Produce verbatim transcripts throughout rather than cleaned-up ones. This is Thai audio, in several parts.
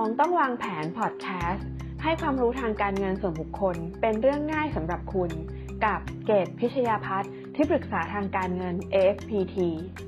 องต้องวางแผนพอดแคสต์ให้ความรู้ทางการเงินส่วนบุคคลเป็นเรื่องง่ายสำหรับคุณกับเกตพิชยาภัทรที่ปรึกษาทางการเงิน เอ เอฟ พี ที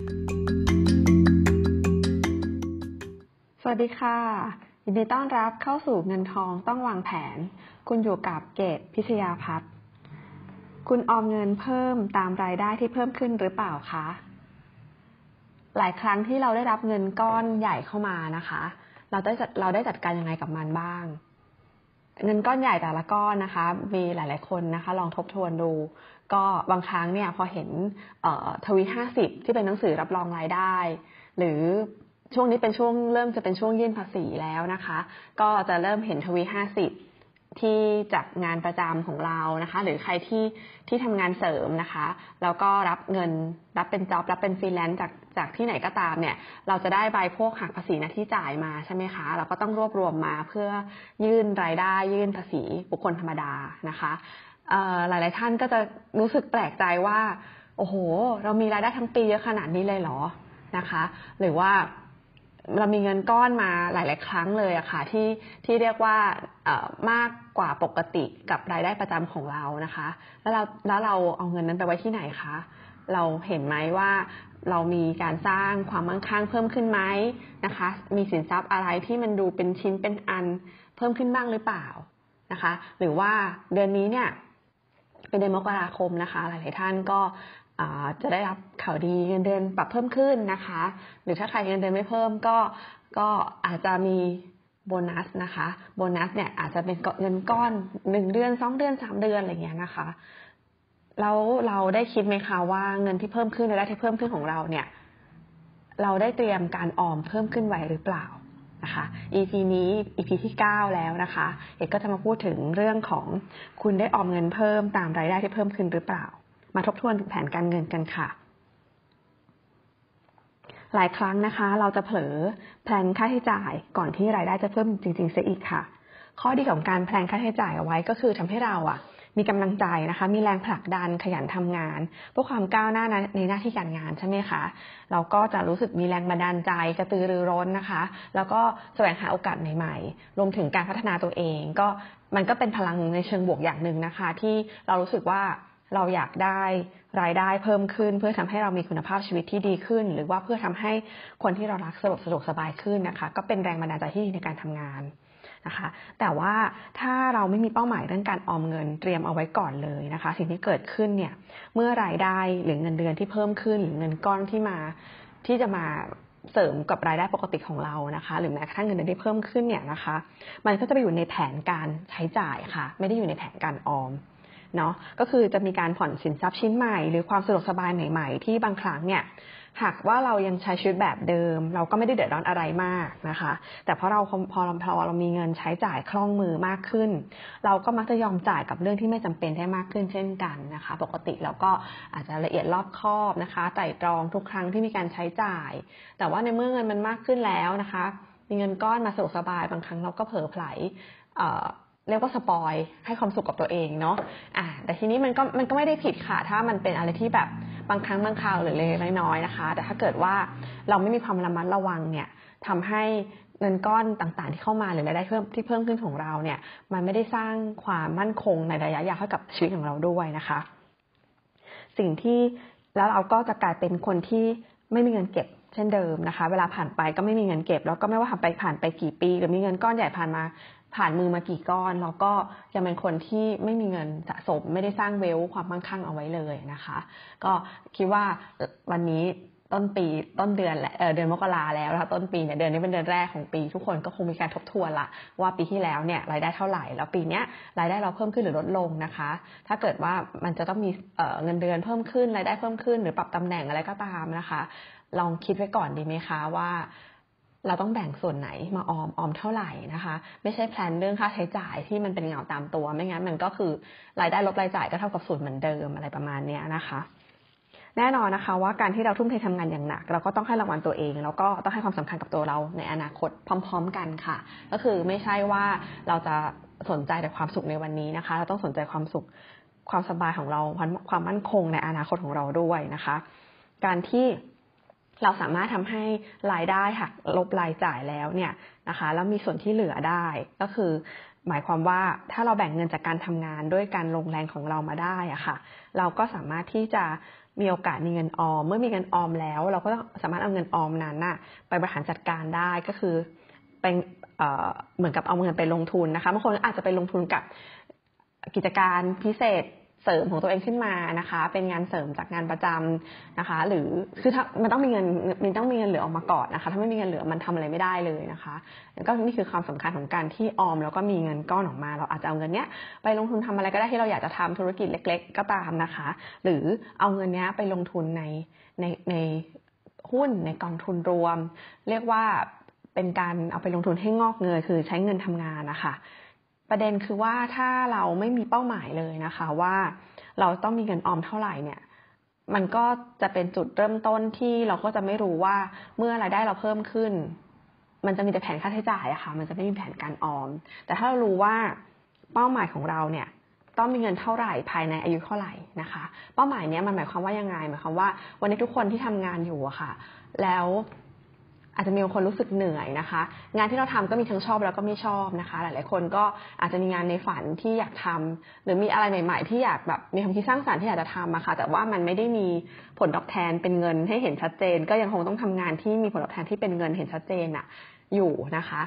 สวัสดีค่ะยินดีต้อนรับเข้าสู่เงินทองต้องวางแผนคุณอยู่กับเกตพิชยาภัทรคุณออมเงินเพิ่มตามรายได้ที่เพิ่มขึ้นหรือเปล่าคะหลายครั้งที่เราได้รับเงินก้อนใหญ่เข้ามานะคะเราได้เราได้จัดการยังไงกับมันบ้างเงินก้อนใหญ่แต่ละก้อนนะคะมีหลายๆคนนะคะลองทบทวนดูก็บางครั้งเนี่ยพอเห็นทวีห้าสิบที่เป็นหนังสือรับรองรายได้หรือช่วงนี้เป็นช่วงเริ่มจะเป็นช่วงยื่นภาษีแล้วนะคะก็จะเริ่มเห็นทวีห้าสิบที่จากงานประจำของเรานะคะหรือใครที่ที่ทำงานเสริมนะคะแล้วก็รับเงินรับเป็นจ็อบรับเป็นฟรีแลนซ์จากจากที่ไหนก็ตามเนี่ยเราจะได้ใบพวกหักภาษีหน้าที่จ่ายมาใช่ไหมคะเราก็ต้องรวบรวมมาเพื่อยื่นรายได้ยื่นภาษีบุคคลธรรมดานะคะหลายๆท่านก็จะรู้สึกแปลกใจว่าโอ้โหเรามีรายได้ทั้งปีเยอะขนาดนี้เลยเหรอนะคะหรือว่าเรามีเงินก้อนมาหลายๆครั้งเลยอะค่ะที่ที่เรียกว่ามากกว่าปกติกับรายได้ประจำของเรานะคะแล้วเราแล้วเราเอาเงินนั้นไปไว้ที่ไหนคะเราเห็นไหมว่าเรามีการสร้างความมั่งคั่งเพิ่มขึ้นไหมนะคะมีสินทรัพย์อะไรที่มันดูเป็นชิ้นเป็นอันเพิ่มขึ้นบ้างหรือเปล่านะคะหรือว่าเดือนนี้เนี่ยเป็นเดือนมกราคมนะคะหลายๆท่านก็จะได้รับข่าวดีเงินเดือนปรับเพิ่มขึ้นนะคะหรือถ้าใครเงินเดือนไม่เพิ่มก็ก็อาจจะมีโบนัสนะคะโบนัสเนี่ยอาจจะเป็นเงินก้อนหนึ่งเดือนสองเดือนสามเดือนอะไรอย่างเงี้ยนะคะแล้วเราได้คิดไหมคะว่าเงินที่เพิ่มขึ้นรายได้ที่เพิ่มขึ้นของเราเนี่ยเราได้เตรียมการออมเพิ่มขึ้นไว้หรือเปล่านะคะ อี พี นี้ อี พี ที่เก้าแล้วนะคะเอกก็จะมาพูดถึงเรื่องของคุณได้ออมเงินเพิ่มตามรายได้ที่เพิ่มขึ้นหรือเปล่ามาทบทวนแผนการเงินกันค่ะหลายครั้งนะคะเราจะเผลอแพลนค่าใช้จ่ายก่อนที่รายได้จะเพิ่มจริงๆเสียอีกค่ะข้อดีของการแพลนค่าใช้จ่ายเอาไว้ก็คือทำให้เราอ่ะมีกำลังใจนะคะมีแรงผลักดันขยันทำงานเพื่อความก้าวหน้าในหน้าที่การงานใช่ไหมคะเราก็จะรู้สึกมีแรงบันดาลใจกระตือรือร้นนะคะแล้วก็แสวงหาโอกาสใหม่ๆรวมถึงการพัฒนาตัวเองก็มันก็เป็นพลังในเชิงบวกอย่างหนึ่งนะคะที่เรารู้สึกว่าเราอยากได้รายได้เพิ่มขึ้นเพื่อทำให้เรามีคุณภาพชีวิตที่ดีขึ้นหรือว่าเพื่อทำให้คนที่เรารักสะดวกสะดวกสบายขึ้นนะคะก็เป็นแรงบันดาลใจที่ดีในการทำงานนะคะแต่ว่าถ้าเราไม่มีเป้าหมายเรื่องการออมเงินเตรียมเอาไว้ก่อนเลยนะคะสิ่งที่เกิดขึ้นเนี่ยเมื่อรายได้หรือเงินเดือนที่เพิ่มขึ้นหรือเงินก้อนที่มาที่จะมาเสริมกับรายได้ปกติของเรานะคะหรือแม้กระทั่งเงินเดือนที่เพิ่มขึ้นเนี่ยนะคะมันก็จะไปอยู่ในแผนการใช้จ่ายค่ะไม่ได้อยู่ในแผนการออมเนาะก็คือจะมีการผ่อนสินทรัพย์ชิ้นใหม่หรือความสะดวกสบายใหม่ๆที่บางครั้งเนี่ยหากว่าเรายังใช้ชีวิตแบบเดิมเราก็ไม่ได้เดือดร้อนอะไรมากนะคะแต่พอเราพอเราพอเรามีเงินใช้จ่ายคล่องมือมากขึ้นเราก็มักจะยอมจ่ายกับเรื่องที่ไม่จำเป็นได้มากขึ้นเช่นกันนะคะปกติเราก็อาจจะละเอียดรอบคอบนะคะไตร่ตรองทุกครั้งที่มีการใช้จ่ายแต่ว่าในเมื่อเงินมันมากขึ้นแล้วนะคะมีเงินก้อนมาสะดวกสบายบางครั้งเราก็เผลอไผลเรียกว่าสปอยให้ความสุขกับตัวเองเนาะอ่าแต่ทีนี้มันก็มันก็ไม่ได้ผิดค่ะถ้ามันเป็นอะไรที่แบบบางครั้งบางคราวหรือเล็กๆน้อยๆนะคะแต่ถ้าเกิดว่าเราไม่มีความระมัดระวังเนี่ยทำให้เงินก้อนต่างๆที่เข้ามาหรือรายได้เพิ่มที่เพิ่มขึ้นของเราเนี่ยมันไม่ได้สร้างความมั่นคงในระยะยาวให้กับชีวิตของเราด้วยนะคะสิ่งที่แล้วเราก็จะกลายเป็นคนที่ไม่มีเงินเก็บเช่นเดิมนะคะเวลาผ่านไปก็ไม่มีเงินเก็บแล้วก็ไม่ว่าผ่านไปผ่านไปกี่ปีหรือมีเงินก้อนใหญ่ผ่านมาผ่านมือมากี่ก้อนเราก็ยังเป็นคนที่ไม่มีเงินสะสมไม่ได้สร้างเวลความมั่งคั่งเอาไว้เลยนะคะก็คิดว่าวันนี้ต้นปีต้นเดือนแหละ เ, เดือนมกราแล้วนะคะต้นปีเนี่ยเดือนนี้เป็นเดือนแรกของปีทุกคนก็คงมีการทบทวนละว่าปีที่แล้วเนี่ยรายได้เท่าไหร่แล้วปีนี้รายได้เราเพิ่มขึ้นหรือลดลงนะคะถ้าเกิดว่ามันจะต้องมี เ, เงินเดือนเพิ่มขึ้นรายได้เพิ่มขึ้นหรือปรับตำแหน่งอะไรก็ตามนะคะลองคิดไว้ก่อนดีไหมคะว่าเราต้องแบ่งส่วนไหนมาออมออมเท่าไหร่นะคะไม่ใช่แพลนเรื่องค่าใช้จ่ายที่มันเป็นเงาตามตัวไม่งั้นมันก็คือรายได้ลบรายจ่ายก็เท่ากับศูนย์เหมือนเดิมอะไรประมาณนี้นะคะแน่นอนนะคะว่าการที่เราทุ่มเททำงานอย่างหนักเราก็ต้องให้รางวัลตัวเองแล้วก็ต้องให้ความสำคัญกับตัวเราในอนาคตพร้อมๆกันค่ะก็คือไม่ใช่ว่าเราจะสนใจแต่ความสุขในวันนี้นะคะเราต้องสนใจความสุขความสบายของเราความมั่นคงในอนาคตของเราด้วยนะคะการที่เราสามารถทำให้รายได้หักลบรายจ่ายแล้วเนี่ยนะคะแล้วมีส่วนที่เหลือได้ก็คือหมายความว่าถ้าเราแบ่งเงินจากการทำงานด้วยการลงแรงของเรามาได้อะค่ะเราก็สามารถที่จะมีโอกาสมีเงินออมเมื่อมีเงินออมแล้วเราก็สามารถเอาเงินออมนั้นน่ะไปบริหารจัดการได้ก็คือเป็นเอ่อเหมือนกับเอาเงินไปลงทุนนะคะบางคนอาจจะไปลงทุนกับกิจการพิเศษเสริมของตัวเองขึ้นมานะคะเป็นงานเสริมจากงานประจำนะคะหรือคือถ้ามันต้องมีเงินมันต้องมีเงินเหลือออกมาก่อนนะคะถ้าไม่มีเงินเหลือมันทำอะไรไม่ได้เลยนะคะก็นี่คือความสำคัญของการที่ออมแล้วก็มีเงินก้อนออกมาเราอาจจะเอาเงินเนี้ยไปลงทุนทำอะไรก็ได้ที่เราอยากจะทำธุรกิจเล็กๆก็ตามนะคะหรือเอาเงินเนี้ยไปลงทุนในในในหุ้นในกองทุนรวมเรียกว่าเป็นการเอาไปลงทุนให้งอกเงยคือใช้เงินทำงานนะคะประเด็นคือว่าถ้าเราไม่มีเป้าหมายเลยนะคะว่าเราต้องมีเงินออมเท่าไหร่เนี่ยมันก็จะเป็นจุดเริ่มต้นที่เราก็จะไม่รู้ว่าเมื่อรายได้เราเพิ่มขึ้นมันจะมีแต่แผนค่าใช้จ่ายอะค่ะมันจะไม่มีแผนการออมแต่ถ้าเรารู้ว่าเป้าหมายของเราเนี่ยต้องมีเงินเท่าไหร่ภายในอายุเท่าไหร่นะคะเป้าหมายเนี้ยมันหมายความว่ายังไงหมายความว่าวันนี้ทุกคนที่ทำงานอยู่อะค่ะแล้วอาจจะมีบางคนรู้สึกเหนื่อยนะคะงานที่เราทำก็มีทั้งชอบแล้วก็ไม่ชอบนะคะหลายๆคนก็อาจจะมีงานในฝันที่อยากทำหรือมีอะไรใหม่ๆที่อยากแบบมีความคิดสร้างสรรค์ที่อยากจะทำอะค่ะแต่ว่ามันไม่ได้มีผลตอบแทนเป็นเงินให้เห็นชัดเจนก็ยังคงต้องทำงานที่มีผลตอบแทนที่เป็นเงินเห็นชัดเจนอะอยู่นะคะ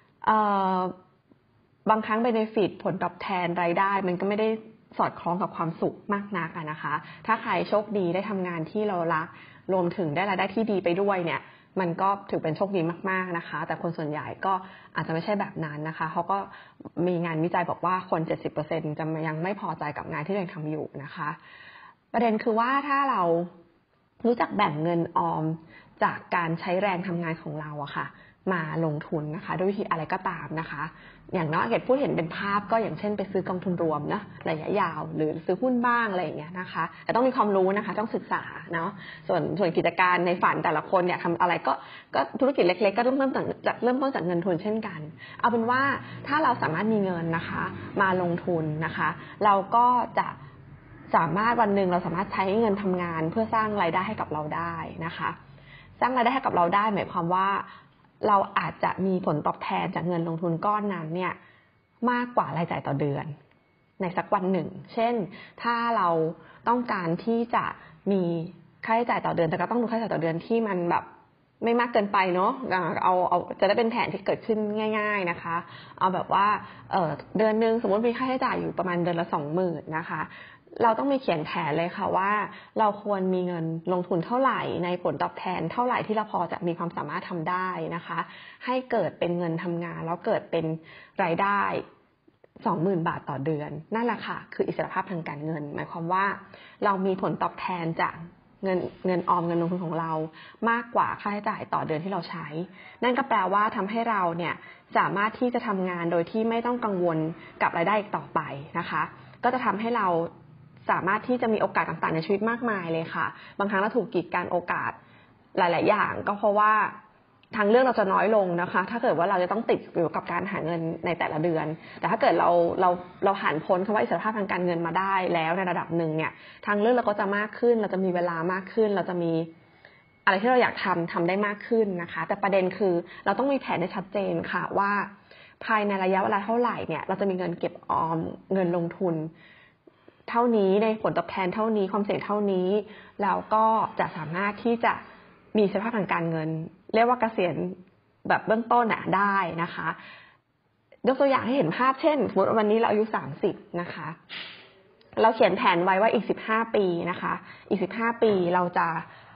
บางครั้ง benefit ผลตอบแทนรายได้มันก็ไม่ได้สอดคล้องกับความสุขมากนักอะนะคะถ้าใครโชคดีได้ทำงานที่เรารักรวมถึงได้รายได้ที่ดีไปด้วยเนี่ยมันก็ถือเป็นโชคดีมากๆนะคะแต่คนส่วนใหญ่ก็อาจจะไม่ใช่แบบนั้นนะคะเขาก็มีงานวิจัยบอกว่าคน เจ็ดสิบเปอร์เซ็นต์ จะยังไม่พอใจกับงานที่ตัวเองทำอยู่นะคะประเด็นคือว่าถ้าเรารู้จักแบ่งเงินออมจากการใช้แรงทำงานของเราอะค่ะมาลงทุนนะคะด้วยวิธีอะไรก็ตามนะคะอย่างน้อยเห็นพูดเห็นเป็นภาพก็อย่างเช่นไปซื้อกองทุนรวมนะระยะยาวหรือซื้อหุ้นบ้างอะไรอย่างเงี้ยนะคะแต่ต้องมีความรู้นะคะต้องศึกษาเนาะส่วนส่วนกิจการในฝันแต่ละคนเนี่ยทำอะไรก็ก็ธุรกิจเล็กๆก็เริ่มต้นจากเริ่มต้นจากเงินทุนเช่นกันเอาเป็นว่าถ้าเราสามารถมีเงินนะคะมาลงทุนนะคะเราก็จะสามารถวันหนึ่งเราสามารถใช้เงินทำงานเพื่อสร้างรายได้ให้กับเราได้นะคะสร้างรายได้ให้กับเราได้หมายความว่าเราอาจจะมีผลตอบแทนจากเงินลงทุนก้อนนั้นเนี่ยมากกว่ารายจ่ายต่อเดือนในสักวันหนึ่งเช่นถ้าเราต้องการที่จะมีค่าใช้จ่ายต่อเดือนแต่ก็ต้องดูค่าใช้จ่ายต่อเดือนที่มันแบบไม่มากเกินไปเนาะเอาเอาจะได้เป็นแผนที่เกิดขึ้นง่ายๆนะคะเอาแบบว่าเออเดือนนึงสมมติมีค่าใช้จ่ายอยู่ประมาณเดือนละสองหมื่นนะคะเราต้องมีเขียนแผนเลยค่ะว่าเราควรมีเงินลงทุนเท่าไหร่ในผลตอบแทนเท่าไหร่ที่เราพอจะมีความสามารถทำได้นะคะให้เกิดเป็นเงินทำงานแล้วเกิดเป็นรายได้สองหมื่นบาทต่อเดือนนั่นแหละค่ะคืออิสรภาพทางการเงินหมายความว่าเรามีผลตอบแทนจากเงินเงินออมเงินลงทุนของเรามากกว่าค่าใช้จ่ายต่อเดือนที่เราใช้นั่นก็แปลว่าทำให้เราเนี่ยสามารถที่จะทำงานโดยที่ไม่ต้องกังวลกับรายได้อีกต่อไปนะคะก็จะทำให้เราสามารถที่จะมีโอกาสต่างๆในชีวิตมากมายเลยค่ะบางครั้งเราถูกกีดกันโอกาสหลายๆอย่างก็เพราะว่าทางเลือกเราจะน้อยลงนะคะถ้าเกิดว่าเราจะต้องติดอยู่กับการหาเงินในแต่ละเดือนแต่ถ้าเกิดเราเราเราผ่านพ้นคำว่าอิสรภาพทางการเงินมาได้แล้วในระดับหนึ่งเนี่ยทางเลือกเราก็จะมากขึ้นเราจะมีเวลามากขึ้นเราจะมีอะไรที่เราอยากทำทำได้มากขึ้นนะคะแต่ประเด็นคือเราต้องมีแผนให้ชัดเจนค่ะว่าภายในระยะเวลาเท่าไหร่เนี่ยเราจะมีเงินเก็บออมเงินลงทุนเท่านี้ในผลตอบแทนเท่านี้ความเสี่ยงเท่านี้แล้วก็จะสามารถที่จะมีสภาพทางการเงินเรียกว่าเกษียณแบบเบื้องต้นอ่ะได้นะคะยกตัวอย่างให้เห็นภาพเช่นสมมติวันนี้เราอายุสามสิบนะคะเราเขียนแผนไว้ว่าอีกสิบห้าปีนะคะอีกสิบห้าปีเราจะ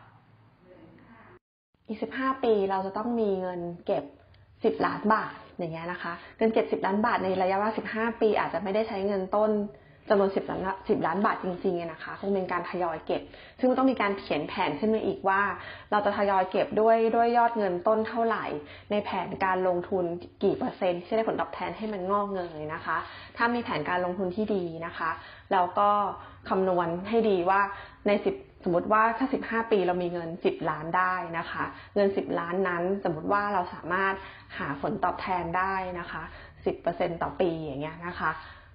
อีกสิบห้าปีเราจะต้องมีเงินเก็บสิบล้านบาทอย่างเงี้ยนะคะเงินเก็บสิบล้านบาทในระยะเวลาสิบห้าปีอาจจะไม่ได้ใช้เงินต้นจำนวนสิบล้านสิบล้านบาทจริงๆนะคะคงเป็นการทยอยเก็บซึ่งต้องมีการเขียนแผนขึ้นมาอีกว่าเราจะทยอยเก็บด้วยด้วยยอดเงินต้นเท่าไหร่ในแผนการลงทุนกี่เปอร์เซ็นต์ที่ได้ผลตอบแทนให้มันงอกเงยนะคะถ้ามีแผนการลงทุนที่ดีนะคะแล้วก็คำนวณให้ดีว่าในสิบสมมติว่าถ้าสิบห้าปีเรามีเงินสิบล้านได้นะคะเงินสิบล้านนั้นสมมติว่าเราสามารถหาผลตอบแทนได้นะคะ สิบเปอร์เซ็นต์ ต่อปีอย่างเงี้ยนะคะ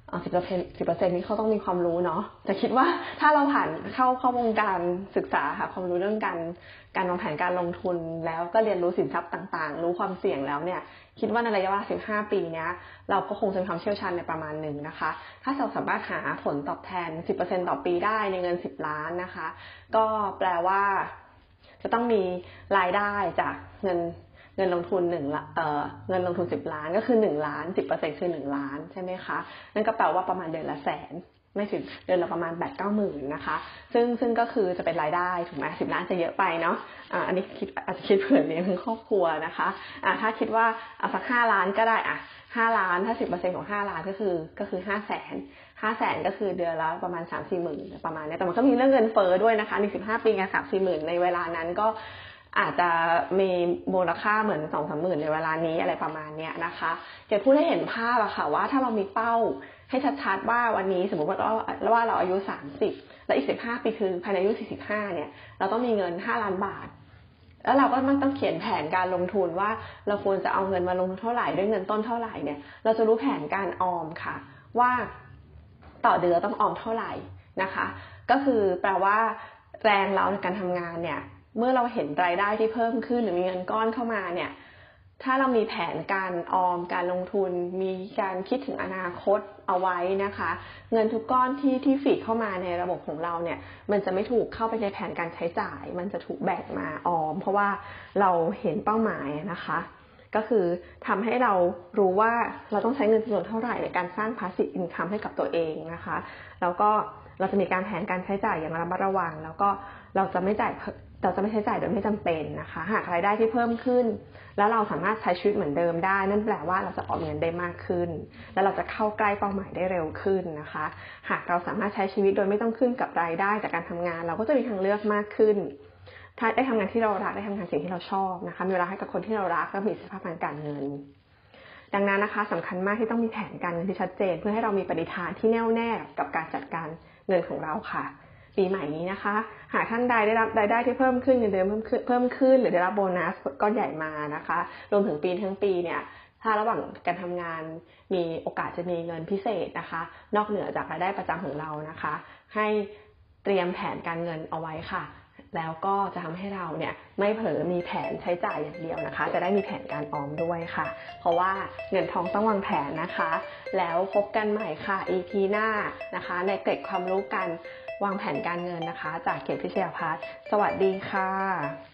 สิบเปอร์เซ็นต์สิบเปอร์เซ็นต์นี้เขาต้องมีความรู้เนาะแต่คิดว่าถ้าเราผ่านเข้าเข้าวงการศึกษาค่ะความรู้เรื่องการการวางแผนการลงทุนแล้วก็เรียนรู้สินทรัพย์ต่างๆรู้ความเสี่ยงแล้วเนี่ยคิดว่าในระยะเวลาสิบห้าปีเนี้ยเราก็คงจะมีความเชี่ยวชาญในประมาณหนึ่งนะคะถ้าเราสามารถหาผลตอบแทน สิบเปอร์เซ็นต์ ต่อปีได้ในเงินสิบล้านนะคะก็แปลว่าจะต้องมีรายได้จากเงินเงินลงทุนหนึ่งเอ่อเงินลงทุนสิบล้านก็คือหนึ่งล้าน สิบเปอร์เซ็นต์ คือหนึ่งล้านใช่ไหมคะนั่นก็แปลว่าประมาณเดือนละแสนไม่ถึงเดือนละประมาณ แปดถึงเก้าหมื่นนะคะซึ่งซึ่งก็คือจะเป็นรายได้ถูกไหมสิบล้านจะเยอะไปเนาะอ่าอันนี้คิดอาจจะคิดเผื่อเลี้ยงทั้งครอบครัวนะคะอ่าถ้าคิดว่าเอาสักห้าล้านก็ได้อ่ะห้าล้านถ้า สิบเปอร์เซ็นต์ ของห้าล้านก็คือก็คือห้าแสนห้าแสนก็คือเดือนละประมาณ สามถึงสี่หมื่นประมาณนี้แต่มันก็มีเรื่องเงินเฟ้อด้วยนะคะในสิบห้าปีไง สามถึงสี่หมื่นในเวลานั้นก็อาจจะมีมูลค่าเหมือน สองถึงสามหมื่นในเวลานี้อะไรประมาณนี้นะคะเดี๋ยวพูดให้เห็นภาพอะค่ะว่าถ้าเรามีเป้าให้ชัดๆว่าวันนี้สมมติว่าเราว่าเราอายุสามสิบและอีกสิบห้าปีคือภายในอายุสี่สิบห้าเนี่ยเราต้องมีเงินห้าล้านบาทแล้วเราก็มันต้องเขียนแผนการลงทุนว่าเราควรจะเอาเงินมาลงทุนเท่าไหร่ด้วยเงินต้นเท่าไหร่เนี่ยเราจะรู้แผนการออมค่ะว่าต่อเดือนต้องออมเท่าไหร่นะคะก็คือแปลว่าแรงเราในการทำงานเนี่ยเมื่อเราเห็นรายได้ที่เพิ่มขึ้นหรือมีเงินก้อนเข้ามาเนี่ยถ้าเรามีแผนการออมการลงทุนมีการคิดถึงอนาคตเอาไว้นะคะเงินทุกก้อนที่ที่ฟีดเข้ามาในระบบของเราเนี่ยมันจะไม่ถูกเข้าไปในแผนการใช้จ่ายมันจะถูกแบ่งมาออมเพราะว่าเราเห็นเป้าหมายนะคะก็คือทำให้เรารู้ว่าเราต้องใช้เงินจำนวนเท่าไหร่ในการสร้าง passive income ให้กับตัวเองนะคะแล้วก็เราจะมีการแผนการใช้จ่ายอย่างระมัดระวังแล้วก็เราจะไม่จ่ายเราจะไม่ใช้จ่ายโดยไม่จำเป็นนะคะหากรายได้ที่เพิ่มขึ้นแล้วเราสามารถใช้ชีวิตเหมือนเดิมได้นั่นแปลว่าเราจะออมเงินได้มากขึ้นแล้วเราจะเข้าใกล้เป้าหมายได้เร็วขึ้นนะคะหากเราสามารถใช้ชีวิตโดยไม่ต้องขึ้นกับรายได้จากการทำงานเราก็จะมีทางเลือกมากขึ้นถ้าได้ทำงานที่เรารักได้ทำงานสิ่งที่เราชอบนะคะมีเวลาให้กับคนที่เรารักและมีสภาพทางการเงินดังนั้นนะคะสำคัญมากที่ต้องมีแผนการเงินที่ชัดเจนเพื่อให้เรามีปณิธานที่แน่วแน่กับการจัดการเงินของเราค่ะปีใหม่นี้นะคะหากท่านใดได้รับรายได้ที่เพิ่มขึ้นเงินเดือนเพิ่มขึ้นเพิ่มขึ้นหรือได้รับโบนัสก้อนใหญ่มานะคะรวมถึงปีทั้งปีเนี่ยถ้าระหว่างการทำงานมีโอกาสจะมีเงินพิเศษนะคะนอกเหนือจากรายได้ประจำของเรานะคะให้เตรียมแผนการเงินเอาไว้ค่ะแล้วก็จะทำให้เราเนี่ยไม่เผลอมีแผนใช้จ่ายอย่างเดียวนะคะจะได้มีแผนการออมด้วยค่ะเพราะว่าเงินทองต้องวางแผนนะคะแล้วพบกันใหม่ค่ะ อี พี หน้านะคะในเกร็ดความรู้กันวางแผนการเงินนะคะจากเกียรติพิชยาภัทรสวัสดีค่ะ